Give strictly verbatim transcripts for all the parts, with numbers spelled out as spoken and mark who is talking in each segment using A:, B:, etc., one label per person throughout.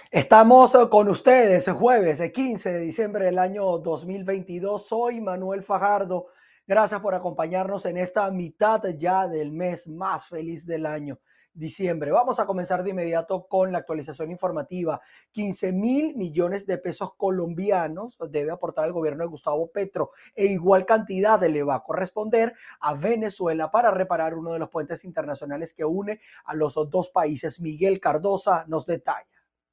A: Estamos eh, con ustedes el jueves, el quince de diciembre del año dos mil veintidós. Soy Manuel Fajardo. Gracias por acompañarnos en esta mitad ya del mes más feliz del año, diciembre. Vamos a comenzar de inmediato con la actualización informativa. quince mil millones de pesos colombianos debe aportar el gobierno de Gustavo Petro e igual cantidad le va a corresponder a Venezuela para reparar uno de los puentes internacionales que une a los dos países. Miguel Cardosa nos detalla.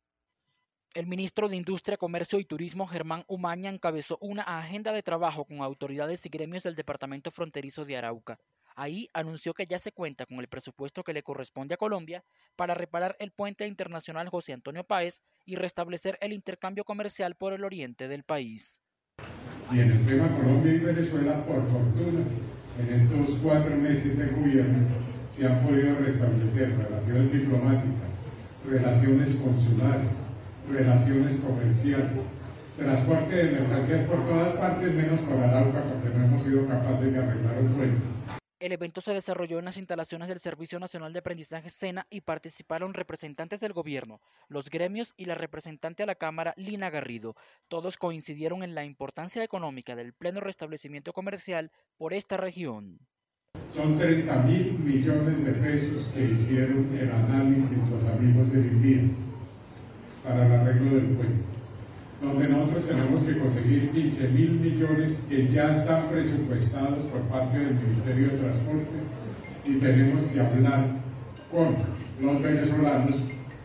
B: El ministro de Industria, Comercio y Turismo, Germán Umaña, encabezó una agenda de trabajo con autoridades y gremios del departamento fronterizo de Arauca. Ahí anunció que ya se cuenta con el presupuesto que le corresponde a Colombia para reparar el puente internacional José Antonio Páez y restablecer el intercambio comercial por el oriente del país.
C: Y en el tema Colombia y Venezuela, por fortuna, en estos cuatro meses de gobierno se han podido restablecer relaciones diplomáticas, relaciones consulares, relaciones comerciales, transporte de mercancías por todas partes, menos por Arauca, porque no hemos sido capaces de arreglar un puente.
B: El evento se desarrolló en las instalaciones del Servicio Nacional de Aprendizaje SENA y participaron representantes del gobierno, los gremios y la representante a la Cámara, Lina Garrido. Todos coincidieron en la importancia económica del pleno restablecimiento comercial por esta región.
C: Son treinta mil millones de pesos que hicieron el análisis los amigos del INVIES para el arreglo del puente, donde nosotros tenemos que conseguir quince mil millones que ya están presupuestados por parte del Ministerio de Transporte y tenemos que hablar con los venezolanos.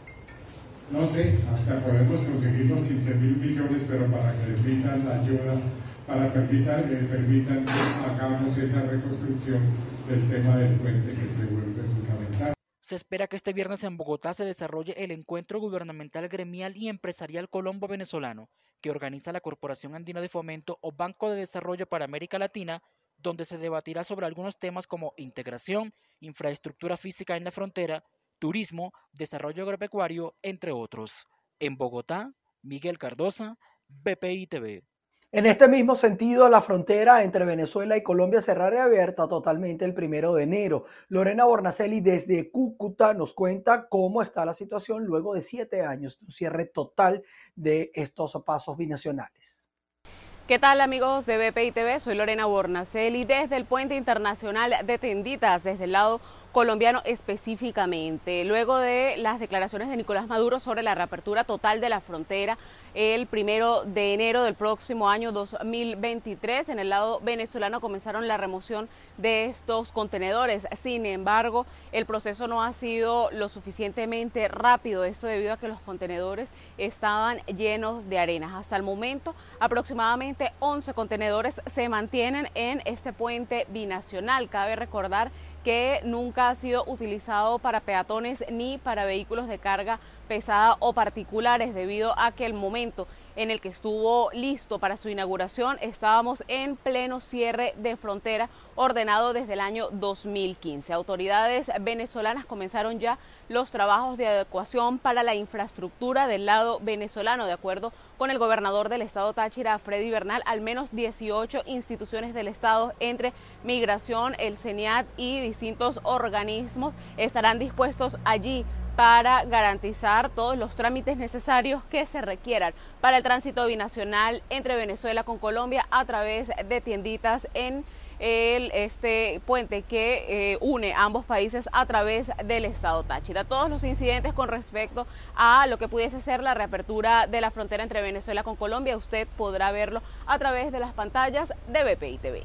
C: No sé, hasta podemos conseguir los quince mil millones, pero para que permitan la ayuda, para permitan, eh, permitan que hagamos esa reconstrucción del tema del puente que se vuelve fundamental.
B: Se espera que este viernes en Bogotá se desarrolle el encuentro gubernamental gremial y empresarial colombo-venezolano que organiza la Corporación Andina de Fomento o Banco de Desarrollo para América Latina, donde se debatirá sobre algunos temas como integración, infraestructura física en la frontera, turismo, desarrollo agropecuario, entre otros. En Bogotá, Miguel Cardosa, B P I T V.
A: En este mismo sentido, la frontera entre Venezuela y Colombia será reabierta totalmente el primero de enero. Lorena Bornacelli desde Cúcuta nos cuenta cómo está la situación luego de siete años de un cierre total de estos pasos binacionales.
D: ¿Qué tal, amigos de B P I T V? Soy Lorena Bornacelli desde el Puente Internacional de Tenditas, desde el lado colombiano específicamente. Luego de las declaraciones de Nicolás Maduro sobre la reapertura total de la frontera el primero de enero del próximo año dos mil veintitrés, en el lado venezolano comenzaron la remoción de estos contenedores. Sin embargo, el proceso no ha sido lo suficientemente rápido, esto debido a que los contenedores estaban llenos de arenas. Hasta el momento, aproximadamente once contenedores se mantienen en este puente binacional. Cabe recordar que nunca ha sido utilizado para peatones ni para vehículos de carga pesada o particulares, debido a que el momento en el que estuvo listo para su inauguración estábamos en pleno cierre de frontera ordenado desde el año dos mil quince. Autoridades venezolanas comenzaron ya los trabajos de adecuación para la infraestructura del lado venezolano. De acuerdo con el gobernador del estado Táchira, Freddy Bernal, al menos dieciocho instituciones del estado, entre Migración, el CENIAT y distintos organismos, estarán dispuestos allí para garantizar todos los trámites necesarios que se requieran para el tránsito binacional entre Venezuela con Colombia a través de tienditas en el, este puente que eh, une ambos países a través del estado Táchira. Todos los incidentes con respecto a lo que pudiese ser la reapertura de la frontera entre Venezuela con Colombia, usted podrá verlo a través de las pantallas de B P I T V.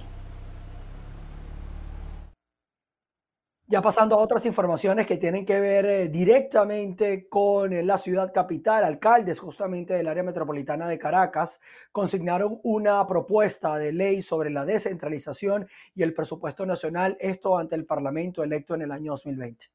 A: Ya pasando a otras informaciones que tienen que ver eh, directamente con eh, la ciudad capital, alcaldes justamente del área metropolitana de Caracas consignaron una propuesta de ley sobre la descentralización y el presupuesto nacional, esto ante el Parlamento electo en el año dos mil veinte.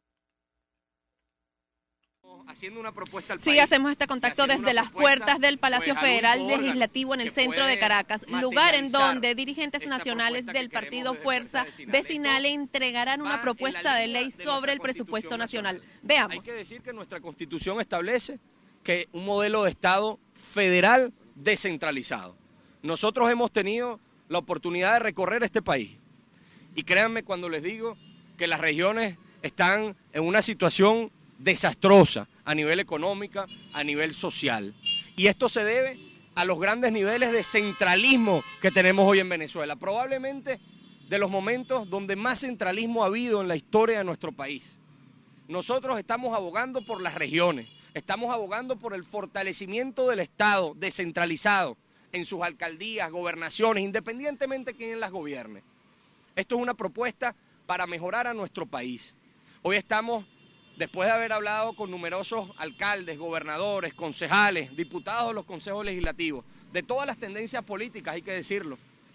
E: Haciendo una propuesta al
F: sí,
E: país,
F: hacemos este contacto desde las puertas del Palacio
E: pues,
F: Federal Legislativo en el centro de Caracas, lugar en donde dirigentes
E: esta
F: nacionales del partido Fuerza Vecinal entregarán una
E: va
F: propuesta de ley
E: de
F: sobre el presupuesto nacional. Veamos.
E: Hay que decir que nuestra Constitución establece que un modelo de Estado federal descentralizado. Nosotros hemos tenido la oportunidad de recorrer este país y créanme cuando les digo que las regiones están en una situación desastrosa a nivel económico, a nivel social. Y esto se debe a los grandes niveles de centralismo que tenemos hoy en Venezuela. Probablemente de los momentos donde más centralismo ha habido en la historia de nuestro país. Nosotros estamos abogando por las regiones, estamos abogando por el fortalecimiento del Estado descentralizado en sus alcaldías, gobernaciones, independientemente de quién las gobierne. Esto es una propuesta para mejorar a nuestro país. Hoy estamos, después de haber hablado con numerosos alcaldes, gobernadores, concejales, diputados de los consejos legislativos, de todas las tendencias políticas, hay que decirlo,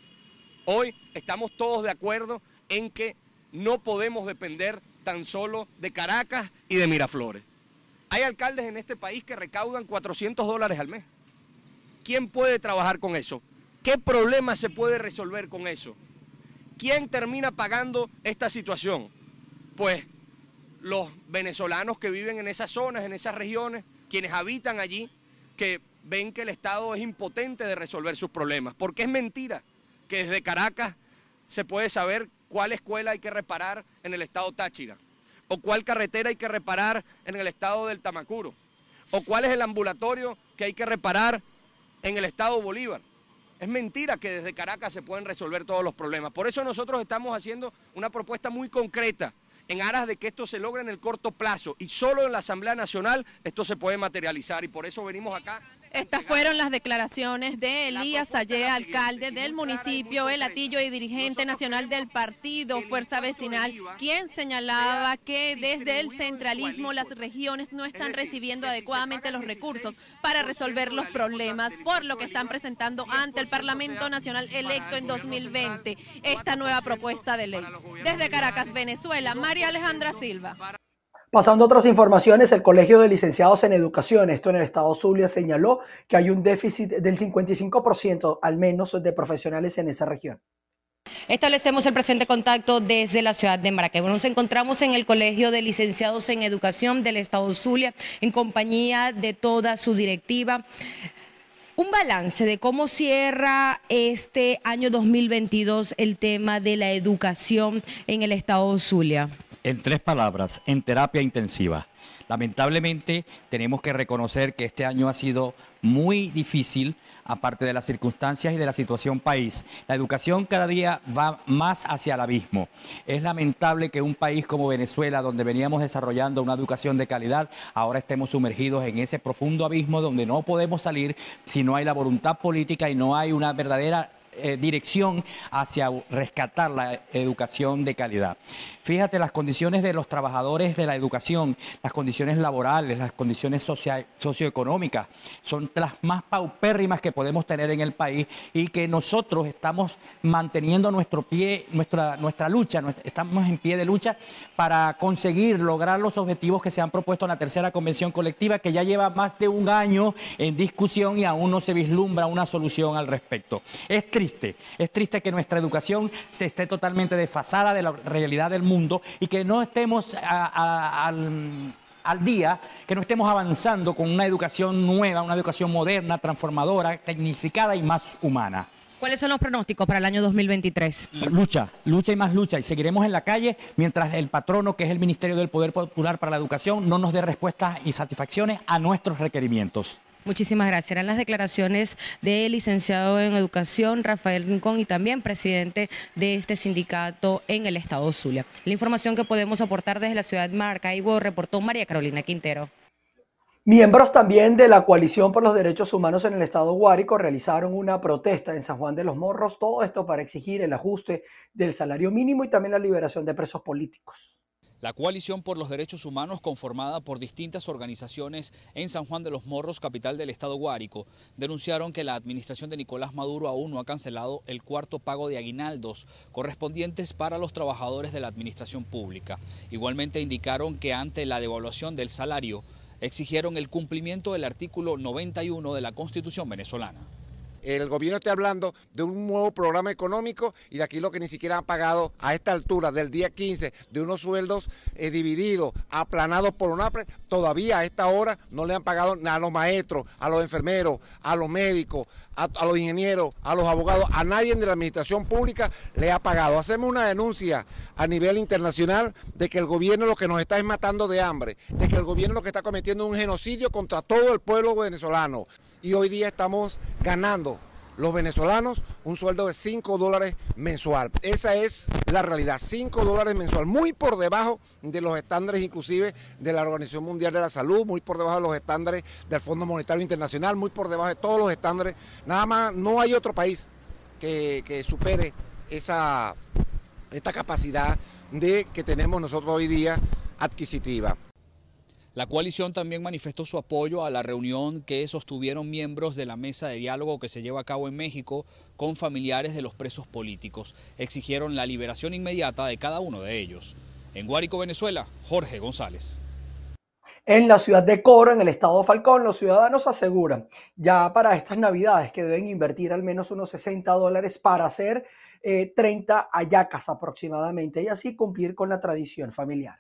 E: hoy estamos todos de acuerdo en que no podemos depender tan solo de Caracas y de Miraflores. Hay alcaldes en este país que recaudan cuatrocientos dólares al mes. ¿Quién puede trabajar con eso? ¿Qué problema se puede resolver con eso? ¿Quién termina pagando esta situación? Pues los venezolanos que viven en esas zonas, en esas regiones, quienes habitan allí, que ven que el Estado es impotente de resolver sus problemas. Porque es mentira que desde Caracas se puede saber cuál escuela hay que reparar en el estado Táchira, o cuál carretera hay que reparar en el estado del Tamacuro, o cuál es el ambulatorio que hay que reparar en el estado Bolívar. Es mentira que desde Caracas se pueden resolver todos los problemas. Por eso nosotros estamos haciendo una propuesta muy concreta en aras de que esto se logre en el corto plazo, y solo en la Asamblea Nacional esto se puede materializar, y por eso venimos acá.
F: Estas fueron las declaraciones de Elías Sayé, alcalde del municipio El Hatillo y dirigente nacional del partido Fuerza Vecinal, quien señalaba que desde el centralismo las regiones no están recibiendo adecuadamente los recursos para resolver los problemas, por lo que están presentando ante el Parlamento Nacional electo en dos mil veinte esta nueva propuesta de ley. Desde Caracas, Venezuela, María Alejandra Silva.
A: Pasando a otras informaciones, el Colegio de Licenciados en Educación, esto en el estado Zulia, señaló que hay un déficit del cincuenta y cinco por ciento al menos de profesionales en esa región.
G: Establecemos el presente contacto desde la ciudad de Maracaibo. Nos encontramos en el Colegio de Licenciados en Educación del estado Zulia, en compañía de toda su directiva. Un balance de cómo cierra este año dos mil veintidós el tema de la educación en el estado Zulia.
H: En tres palabras, en terapia intensiva. Lamentablemente tenemos que reconocer que este año ha sido muy difícil, aparte de las circunstancias y de la situación país. La educación cada día va más hacia el abismo. Es lamentable que un país como Venezuela, donde veníamos desarrollando una educación de calidad, ahora estemos sumergidos en ese profundo abismo donde no podemos salir si no hay la voluntad política y no hay una verdadera Eh, dirección hacia rescatar la educación de calidad. Fíjate, las condiciones de los trabajadores de la educación, las condiciones laborales, las condiciones socia socioeconómicas, son las más paupérrimas que podemos tener en el país, y que nosotros estamos manteniendo nuestro pie, nuestra, nuestra lucha, nuestra, estamos en pie de lucha para conseguir lograr los objetivos que se han propuesto en la tercera convención colectiva, que ya lleva más de un año en discusión y aún no se vislumbra una solución al respecto. Es triste. Triste. Es triste que nuestra educación se esté totalmente desfasada de la realidad del mundo y que no estemos a, a, al, al día, que no estemos avanzando con una educación nueva, una educación moderna, transformadora, tecnificada y más humana.
G: ¿Cuáles son los pronósticos para el año dos mil veintitrés?
H: Lucha, lucha y más lucha, y seguiremos en la calle mientras el patrono, que es el Ministerio del Poder Popular para la Educación, no nos dé respuestas y satisfacciones a nuestros requerimientos.
G: Muchísimas gracias. Eran las declaraciones del licenciado en Educación, Rafael Rincón, y también presidente de este sindicato en el estado Zulia. La información que podemos aportar desde la ciudad de Maracaibo, reportó María Carolina Quintero.
A: Miembros también de la Coalición por los Derechos Humanos en el estado Guárico realizaron una protesta en San Juan de los Morros, todo esto para exigir el ajuste del salario mínimo y también la liberación de presos políticos.
I: La Coalición por los Derechos Humanos, conformada por distintas organizaciones en San Juan de los Morros, capital del estado Guárico, denunciaron que la administración de Nicolás Maduro aún no ha cancelado el cuarto pago de aguinaldos correspondientes para los trabajadores de la administración pública. Igualmente indicaron que ante la devaluación del salario, exigieron el cumplimiento del artículo noventa y uno de la Constitución venezolana.
J: el gobierno esté hablando de un nuevo programa económico y de aquí lo que ni siquiera han pagado a esta altura del día quince de unos sueldos eh, divididos, aplanados por UNAPRED, todavía a esta hora no le han pagado a los maestros, a los enfermeros, a los médicos, a, a los ingenieros, a los abogados, a nadie de la administración pública le ha pagado. Hacemos una denuncia a nivel internacional de que el gobierno lo que nos está es matando de hambre, de que el gobierno lo que está cometiendo es un genocidio contra todo el pueblo venezolano. Y hoy día estamos ganando los venezolanos un sueldo de cinco dólares mensual. Esa es la realidad, cinco dólares mensual, muy por debajo de los estándares inclusive de la Organización Mundial de la Salud, muy por debajo de los estándares del Fondo Monetario Internacional, muy por debajo de todos los estándares. Nada más, no hay otro país que, que supere esa, esta capacidad de que tenemos nosotros hoy día adquisitiva.
I: La coalición también manifestó su apoyo a la reunión que sostuvieron miembros de la mesa de diálogo que se lleva a cabo en México con familiares de los presos políticos. Exigieron la liberación inmediata de cada uno de ellos. En Guárico, Venezuela, Jorge González.
A: En la ciudad de Coro, en el estado Falcón, los ciudadanos aseguran ya para estas navidades que deben invertir al menos unos sesenta dólares para hacer eh, treinta hallacas aproximadamente y así cumplir con la tradición familiar.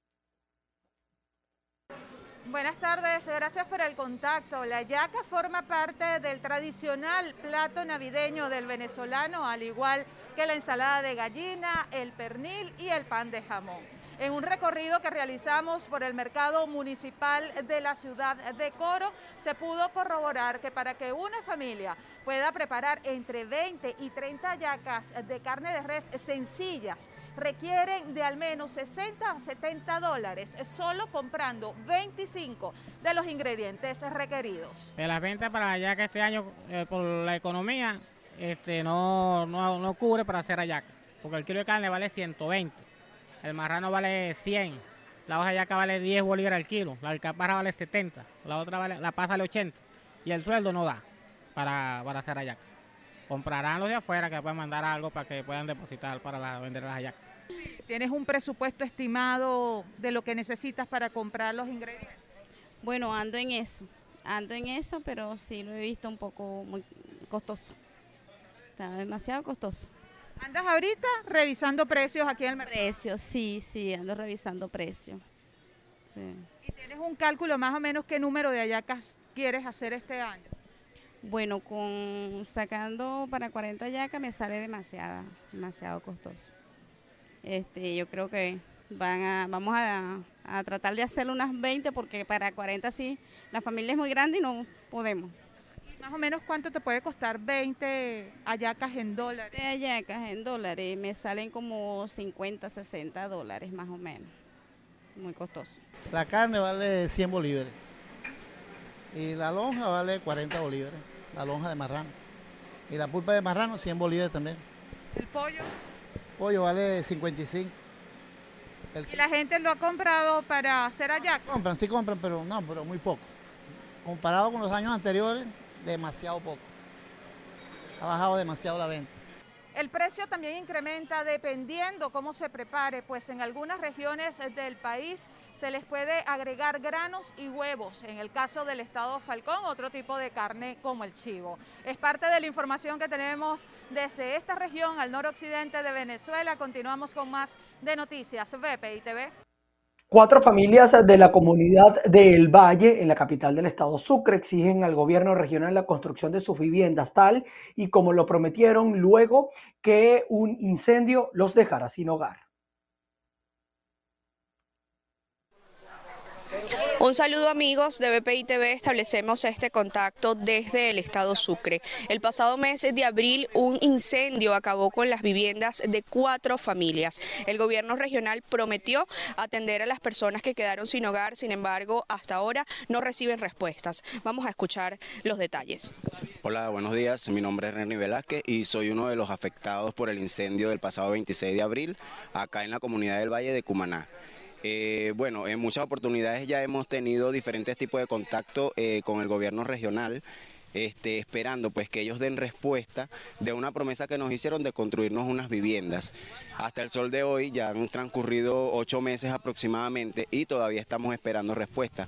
K: Buenas tardes, gracias por el contacto. La hallaca forma parte del tradicional plato navideño del venezolano, al igual que la ensalada de gallina, el pernil y el pan de jamón. En un recorrido que realizamos por el mercado municipal de la ciudad de Coro, se pudo corroborar que para que una familia pueda preparar entre veinte y treinta hallacas de carne de res sencillas, requieren de al menos sesenta a setenta dólares, solo comprando veinticinco de los ingredientes requeridos.
L: De las ventas para hallaca este año, eh, por la economía, este, no, no, no cubre para hacer hallaca, porque el kilo de carne vale ciento veinte. El marrano vale cien, la hoja de hallaca vale diez bolívares al kilo, la alcaparra vale setenta, la otra vale, la pasa vale ochenta y el sueldo no da para, para hacer hallaca. Comprarán los de afuera que pueden mandar algo para que puedan depositar para la, vender las hallacas.
K: ¿Tienes un presupuesto estimado de lo que necesitas para comprar los ingredientes?
M: Bueno, ando en eso, ando en eso, pero sí lo he visto un poco muy costoso, está demasiado costoso.
K: ¿Andas ahorita revisando precios aquí en el mercado?
M: Precios, sí, sí, ando revisando precios. Sí.
K: ¿Y tienes un cálculo más o menos qué número de hallacas quieres hacer este año?
M: Bueno, con sacando para cuarenta hallacas me sale demasiado, demasiado costoso. Este, yo creo que van a, vamos a, a tratar de hacer unas veinte porque para cuarenta sí, la familia es muy grande y no podemos.
K: Más o menos, ¿cuánto te puede costar veinte hallacas en dólares?
M: veinte hallacas en dólares me salen como cincuenta, sesenta dólares más o menos. Muy costoso.
N: La carne vale cien bolívares y la lonja vale cuarenta bolívares, la lonja de marrano. Y la pulpa de marrano cien bolívares también.
K: ¿El pollo?
N: El pollo vale cincuenta y cinco. El...
K: ¿Y la gente lo ha comprado para hacer hallacas?
N: Compran, sí compran, pero no, pero muy poco. Comparado con los años anteriores, demasiado poco. Ha bajado demasiado la venta.
K: El precio también incrementa dependiendo cómo se prepare, pues en algunas regiones del país se les puede agregar granos y huevos. En el caso del estado Falcón, otro tipo de carne como el chivo. Es parte de la información que tenemos desde esta región al noroccidente de Venezuela. Continuamos con más de Noticias V P I T V.
A: Cuatro familias de la comunidad de El Valle, en la capital del estado Sucre, exigen al gobierno regional la construcción de sus viviendas, tal y como lo prometieron luego que un incendio los dejara sin hogar.
O: Un saludo amigos de V P I T V, establecemos este contacto desde el estado Sucre. El pasado mes de abril un incendio acabó con las viviendas de cuatro familias. El gobierno regional prometió atender a las personas que quedaron sin hogar, sin embargo hasta ahora no reciben respuestas. Vamos a escuchar los detalles.
P: Hola, buenos días, mi nombre es René Velázquez y soy uno de los afectados por el incendio del pasado veintiséis de abril acá en la comunidad del Valle de Cumaná. Eh, bueno, en muchas oportunidades ya hemos tenido diferentes tipos de contacto eh, con el gobierno regional, este, esperando pues que ellos den respuesta de una promesa que nos hicieron de construirnos unas viviendas. Hasta el sol de hoy ya han transcurrido ocho meses aproximadamente y todavía estamos esperando respuesta.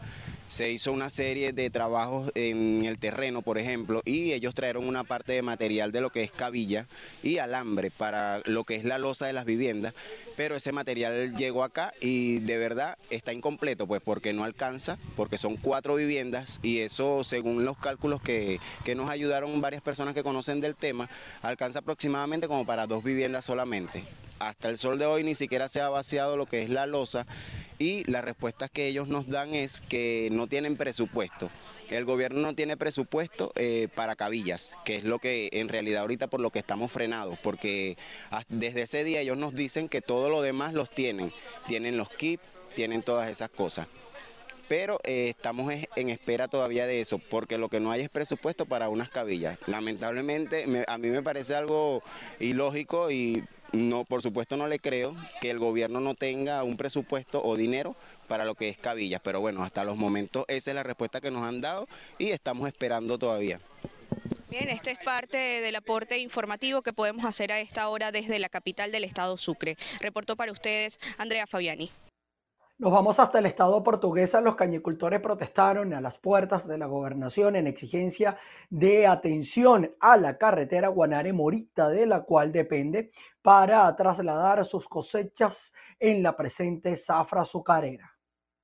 P: se hizo una serie de trabajos en el terreno, por ejemplo, y ellos trajeron una parte de material de lo que es cabilla y alambre para lo que es la losa de las viviendas, pero ese material llegó acá y de verdad está incompleto, pues porque no alcanza, porque son cuatro viviendas y eso, según los cálculos que, que nos ayudaron varias personas que conocen del tema, alcanza aproximadamente como para dos viviendas solamente. Hasta el sol de hoy ni siquiera se ha vaciado lo que es la losa y las respuestas que ellos nos dan es que no tienen presupuesto. El gobierno no tiene presupuesto eh, para cabillas, que es lo que en realidad ahorita por lo que estamos frenados, porque desde ese día ellos nos dicen que todo lo demás los tienen. Tienen los kits, tienen todas esas cosas. Pero eh, estamos en espera todavía de eso, porque lo que no hay es presupuesto para unas cabillas. Lamentablemente me, a mí me parece algo ilógico y no, por supuesto no le creo que el gobierno no tenga un presupuesto o dinero para lo que es cabillas, pero bueno, hasta los momentos esa es la respuesta que nos han dado y estamos esperando todavía.
O: Bien, este es parte del aporte informativo que podemos hacer a esta hora desde la capital del estado Sucre. Reportó para ustedes Andrea Fabiani.
A: Nos vamos hasta el estado portuguesa. Los cañicultores protestaron a las puertas de la gobernación en exigencia de atención a la carretera Guanare-Morita, de la cual depende para trasladar sus cosechas en la presente zafra azucarera.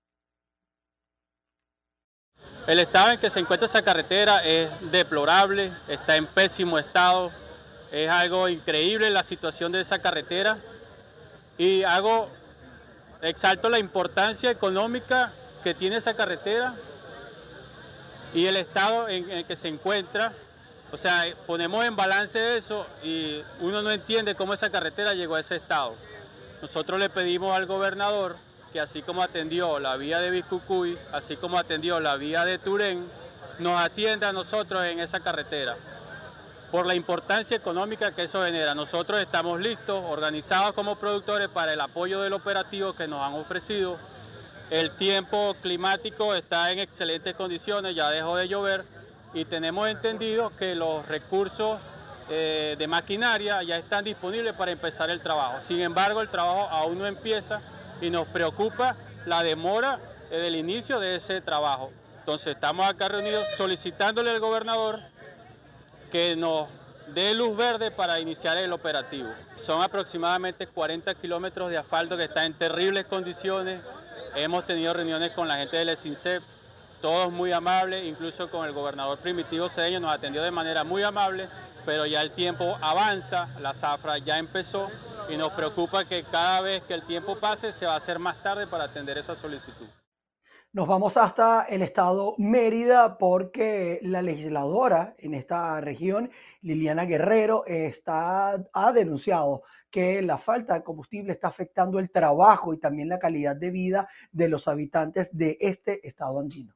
Q: El estado en que se encuentra esa carretera es deplorable, está en pésimo estado, es algo increíble la situación de esa carretera y hago... Exalto la importancia económica que tiene esa carretera y el estado en el que se encuentra. O sea, ponemos en balance eso y uno no entiende cómo esa carretera llegó a ese estado. Nosotros le pedimos al gobernador que así como atendió la vía de Biscucuy, así como atendió la vía de Turén, nos atienda a nosotros en esa carretera, por la importancia económica que eso genera. Nosotros estamos listos, organizados como productores para el apoyo del operativo que nos han ofrecido. El tiempo climático está en excelentes condiciones, ya dejó de llover y tenemos entendido que los recursos eh, de maquinaria ya están disponibles para empezar el trabajo. Sin embargo, el trabajo aún no empieza y nos preocupa la demora eh, del inicio de ese trabajo. Entonces estamos acá reunidos solicitándole al gobernador que nos dé luz verde para iniciar el operativo. Son aproximadamente cuarenta kilómetros de asfalto que está en terribles condiciones. Hemos tenido reuniones con la gente del ESINCEP, todos muy amables, incluso con el gobernador Primitivo Cedeño nos atendió de manera muy amable, pero ya el tiempo avanza, la zafra ya empezó y nos preocupa que cada vez que el tiempo pase se va a hacer más tarde para atender esa solicitud.
A: Nos vamos hasta el estado Mérida porque la legisladora en esta región, Liliana Guerrero, está, ha denunciado que la falta de combustible está afectando el trabajo y también la calidad de vida de los habitantes de este estado andino.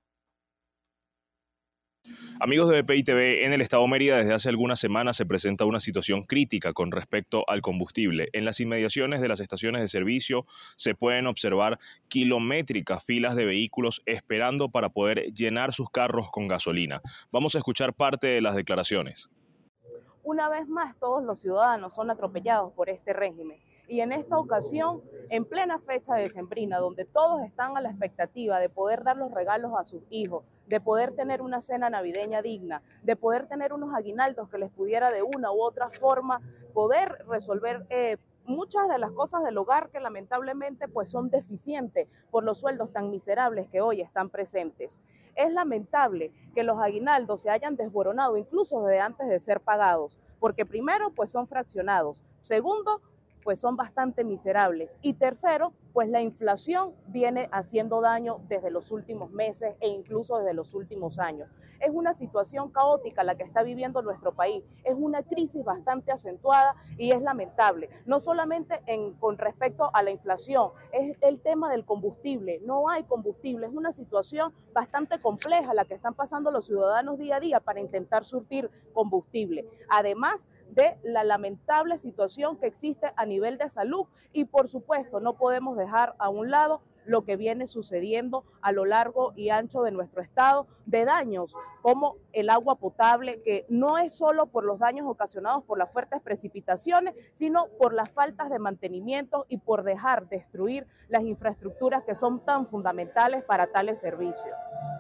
R: Amigos de B P I T V, en el estado Mérida desde hace algunas semanas se presenta una situación crítica con respecto al combustible. En las inmediaciones de las estaciones de servicio se pueden observar kilométricas filas de vehículos esperando para poder llenar sus carros con gasolina. Vamos a escuchar parte de las declaraciones.
S: Una vez más, todos los ciudadanos son atropellados por este régimen. Y en esta ocasión, en plena fecha decembrina, donde todos están a la expectativa de poder dar los regalos a sus hijos, de poder tener una cena navideña digna, de poder tener unos aguinaldos que les pudiera de una u otra forma poder resolver eh, muchas de las cosas del hogar que lamentablemente pues son deficientes por los sueldos tan miserables que hoy están presentes. Es lamentable que los aguinaldos se hayan desboronado incluso desde antes de ser pagados, porque primero pues son fraccionados, segundo pues son bastante miserables y tercero pues la inflación viene haciendo daño desde los últimos meses e incluso desde los últimos años. Es una situación caótica la que está viviendo nuestro país, es una crisis bastante acentuada y es lamentable, no solamente en, con respecto a la inflación, es el tema del combustible, no hay combustible, es una situación bastante compleja la que están pasando los ciudadanos día a día para intentar surtir combustible, además de la lamentable situación que existe a nivel de salud y por supuesto no podemos dejar a un lado lo que viene sucediendo a lo largo y ancho de nuestro estado, de daños como el agua potable, que no es solo por los daños ocasionados por las fuertes precipitaciones, sino por las faltas de mantenimiento y por dejar destruir las infraestructuras que son tan fundamentales para tales servicios.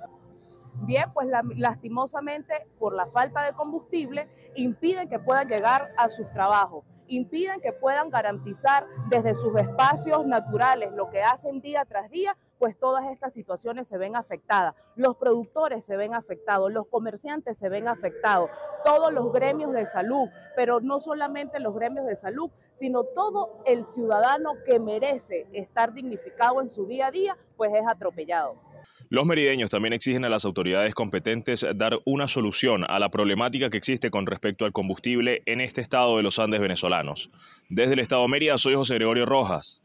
S: Bien, pues la, lastimosamente por la falta de combustible impiden que puedan llegar a sus trabajos, impiden que puedan garantizar desde sus espacios naturales lo que hacen día tras día, pues todas estas situaciones se ven afectadas. Los productores se ven afectados, los comerciantes se ven afectados, todos los gremios de salud, pero no solamente los gremios de salud, sino todo el ciudadano que merece estar dignificado en su día a día, pues es atropellado.
R: Los merideños también exigen a las autoridades competentes dar una solución a la problemática que existe con respecto al combustible en este estado de los Andes venezolanos. Desde el estado de Mérida, soy José Gregorio Rojas,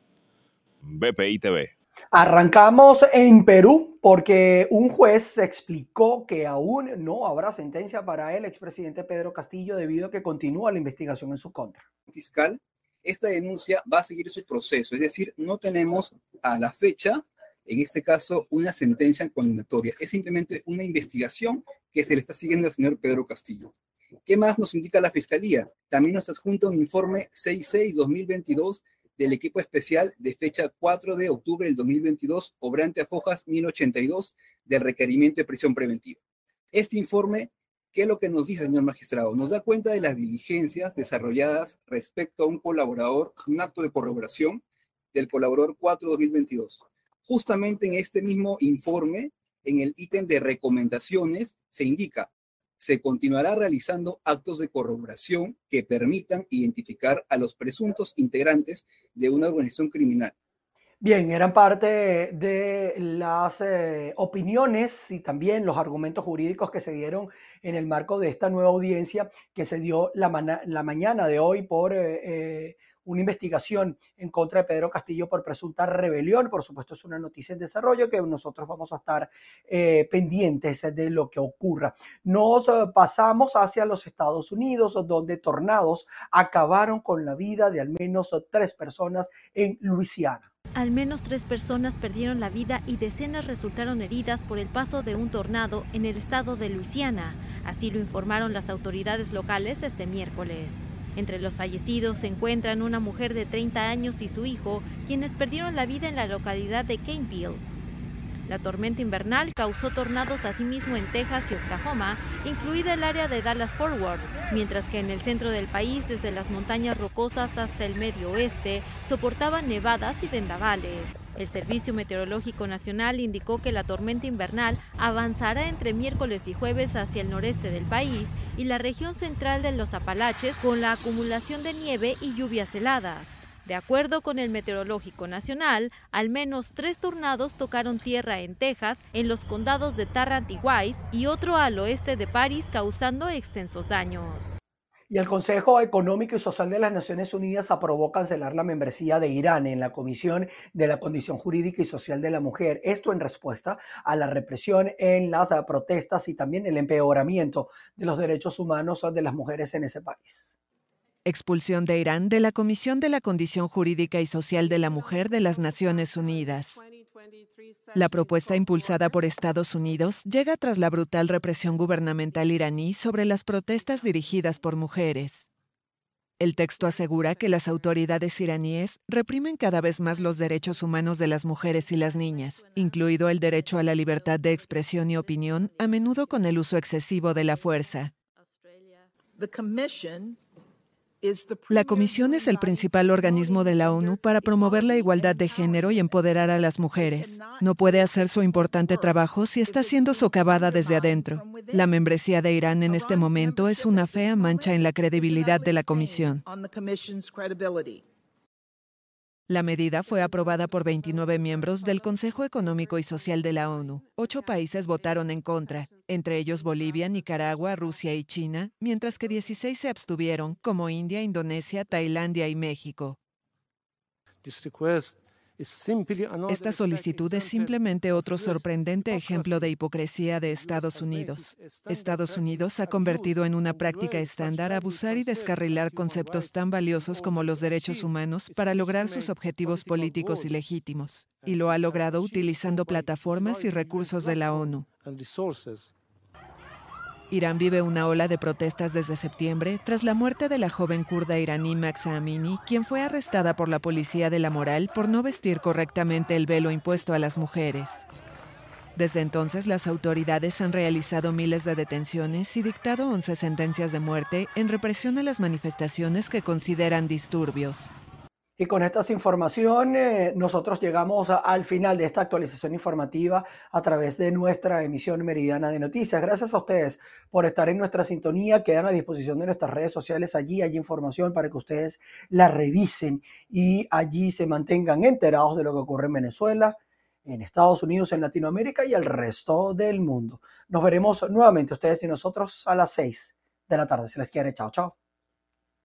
R: B P I T V.
A: Arrancamos en Perú porque un juez explicó que aún no habrá sentencia para el expresidente Pedro Castillo debido a que continúa la investigación en su contra.
T: Fiscal, esta denuncia va a seguir su proceso, es decir, no tenemos a la fecha, en este caso, una sentencia condenatoria. Es simplemente una investigación que se le está siguiendo al señor Pedro Castillo. ¿Qué más nos indica la Fiscalía? También nos adjunta un informe sesenta y seis guión dos mil veintidós del equipo especial de fecha cuatro de octubre del dos mil veintidós, obrante a fojas mil ochenta y dos del requerimiento de prisión preventiva. Este informe, ¿qué es lo que nos dice, señor magistrado? Nos da cuenta de las diligencias desarrolladas respecto a un colaborador, un acto de corroboración del colaborador cuatro de dos mil veintidós. Justamente en este mismo informe, en el ítem de recomendaciones, se indica, se continuará realizando actos de corroboración que permitan identificar a los presuntos integrantes de una organización criminal.
A: Bien, eran parte de las eh, opiniones y también los argumentos jurídicos que se dieron en el marco de esta nueva audiencia que se dio la, ma la mañana de hoy por eh, eh, una investigación en contra de Pedro Castillo por presunta rebelión. Por supuesto, es una noticia en desarrollo que nosotros vamos a estar eh, pendientes de lo que ocurra. Nos eh, pasamos hacia los Estados Unidos, donde tornados acabaron con la vida de al menos tres personas en Luisiana.
U: Al menos tres personas perdieron la vida y decenas resultaron heridas por el paso de un tornado en el estado de Luisiana. Así lo informaron las autoridades locales este miércoles. Entre los fallecidos se encuentran una mujer de treinta años y su hijo, quienes perdieron la vida en la localidad de Caneville. La tormenta invernal causó tornados asimismo en Texas y Oklahoma, incluida el área de Dallas-Fort Worth, mientras que en el centro del país, desde las montañas rocosas hasta el medio oeste, soportaban nevadas y vendavales. El Servicio Meteorológico Nacional indicó que la tormenta invernal avanzará entre miércoles y jueves hacia el noreste del país y la región central de los Apalaches con la acumulación de nieve y lluvias heladas. De acuerdo con el Meteorológico Nacional, al menos tres tornados tocaron tierra en Texas, en los condados de Tarrant y Wise, y otro al oeste de París, causando extensos daños.
A: Y el Consejo Económico y Social de las Naciones Unidas aprobó cancelar la membresía de Irán en la Comisión de la Condición Jurídica y Social de la Mujer. Esto en respuesta a la represión en las protestas y también el empeoramiento de los derechos humanos de las mujeres en ese país.
V: Expulsión de Irán de la Comisión de la Condición Jurídica y Social de la Mujer de las Naciones Unidas. La propuesta impulsada por Estados Unidos llega tras la brutal represión gubernamental iraní sobre las protestas dirigidas por mujeres. El texto asegura que las autoridades iraníes reprimen cada vez más los derechos humanos de las mujeres y las niñas, incluido el derecho a la libertad de expresión y opinión, a menudo con el uso excesivo de la fuerza. La Comisión es el principal organismo de la ONU para promover la igualdad de género y empoderar a las mujeres. No puede hacer su importante trabajo si está siendo socavada desde adentro. La membresía de Irán en este momento es una fea mancha en la credibilidad de la Comisión. La medida fue aprobada por veintinueve miembros del Consejo Económico y Social de la ONU. Ocho países votaron en contra, entre ellos Bolivia, Nicaragua, Rusia y China, mientras que dieciséis se abstuvieron, como India, Indonesia, Tailandia y México. Esta solicitud es simplemente otro sorprendente ejemplo de hipocresía de Estados Unidos. Estados Unidos ha convertido en una práctica estándar abusar y descarrilar conceptos tan valiosos como los derechos humanos para lograr sus objetivos políticos ilegítimos, y lo ha logrado utilizando plataformas y recursos de la ONU. Irán vive una ola de protestas desde septiembre tras la muerte de la joven kurda iraní Mahsa Amini, quien fue arrestada por la policía de la moral por no vestir correctamente el velo impuesto a las mujeres. Desde entonces, las autoridades han realizado miles de detenciones y dictado once sentencias de muerte en represión a las manifestaciones que consideran disturbios.
A: Y con estas informaciones nosotros llegamos a, al final de esta actualización informativa a través de nuestra emisión meridiana de noticias. Gracias a ustedes por estar en nuestra sintonía. Quedan a disposición de nuestras redes sociales. Allí hay información para que ustedes la revisen y allí se mantengan enterados de lo que ocurre en Venezuela, en Estados Unidos, en Latinoamérica y el resto del mundo. Nos veremos nuevamente ustedes y nosotros a las seis de la tarde. Se les quiere. Chao, chao.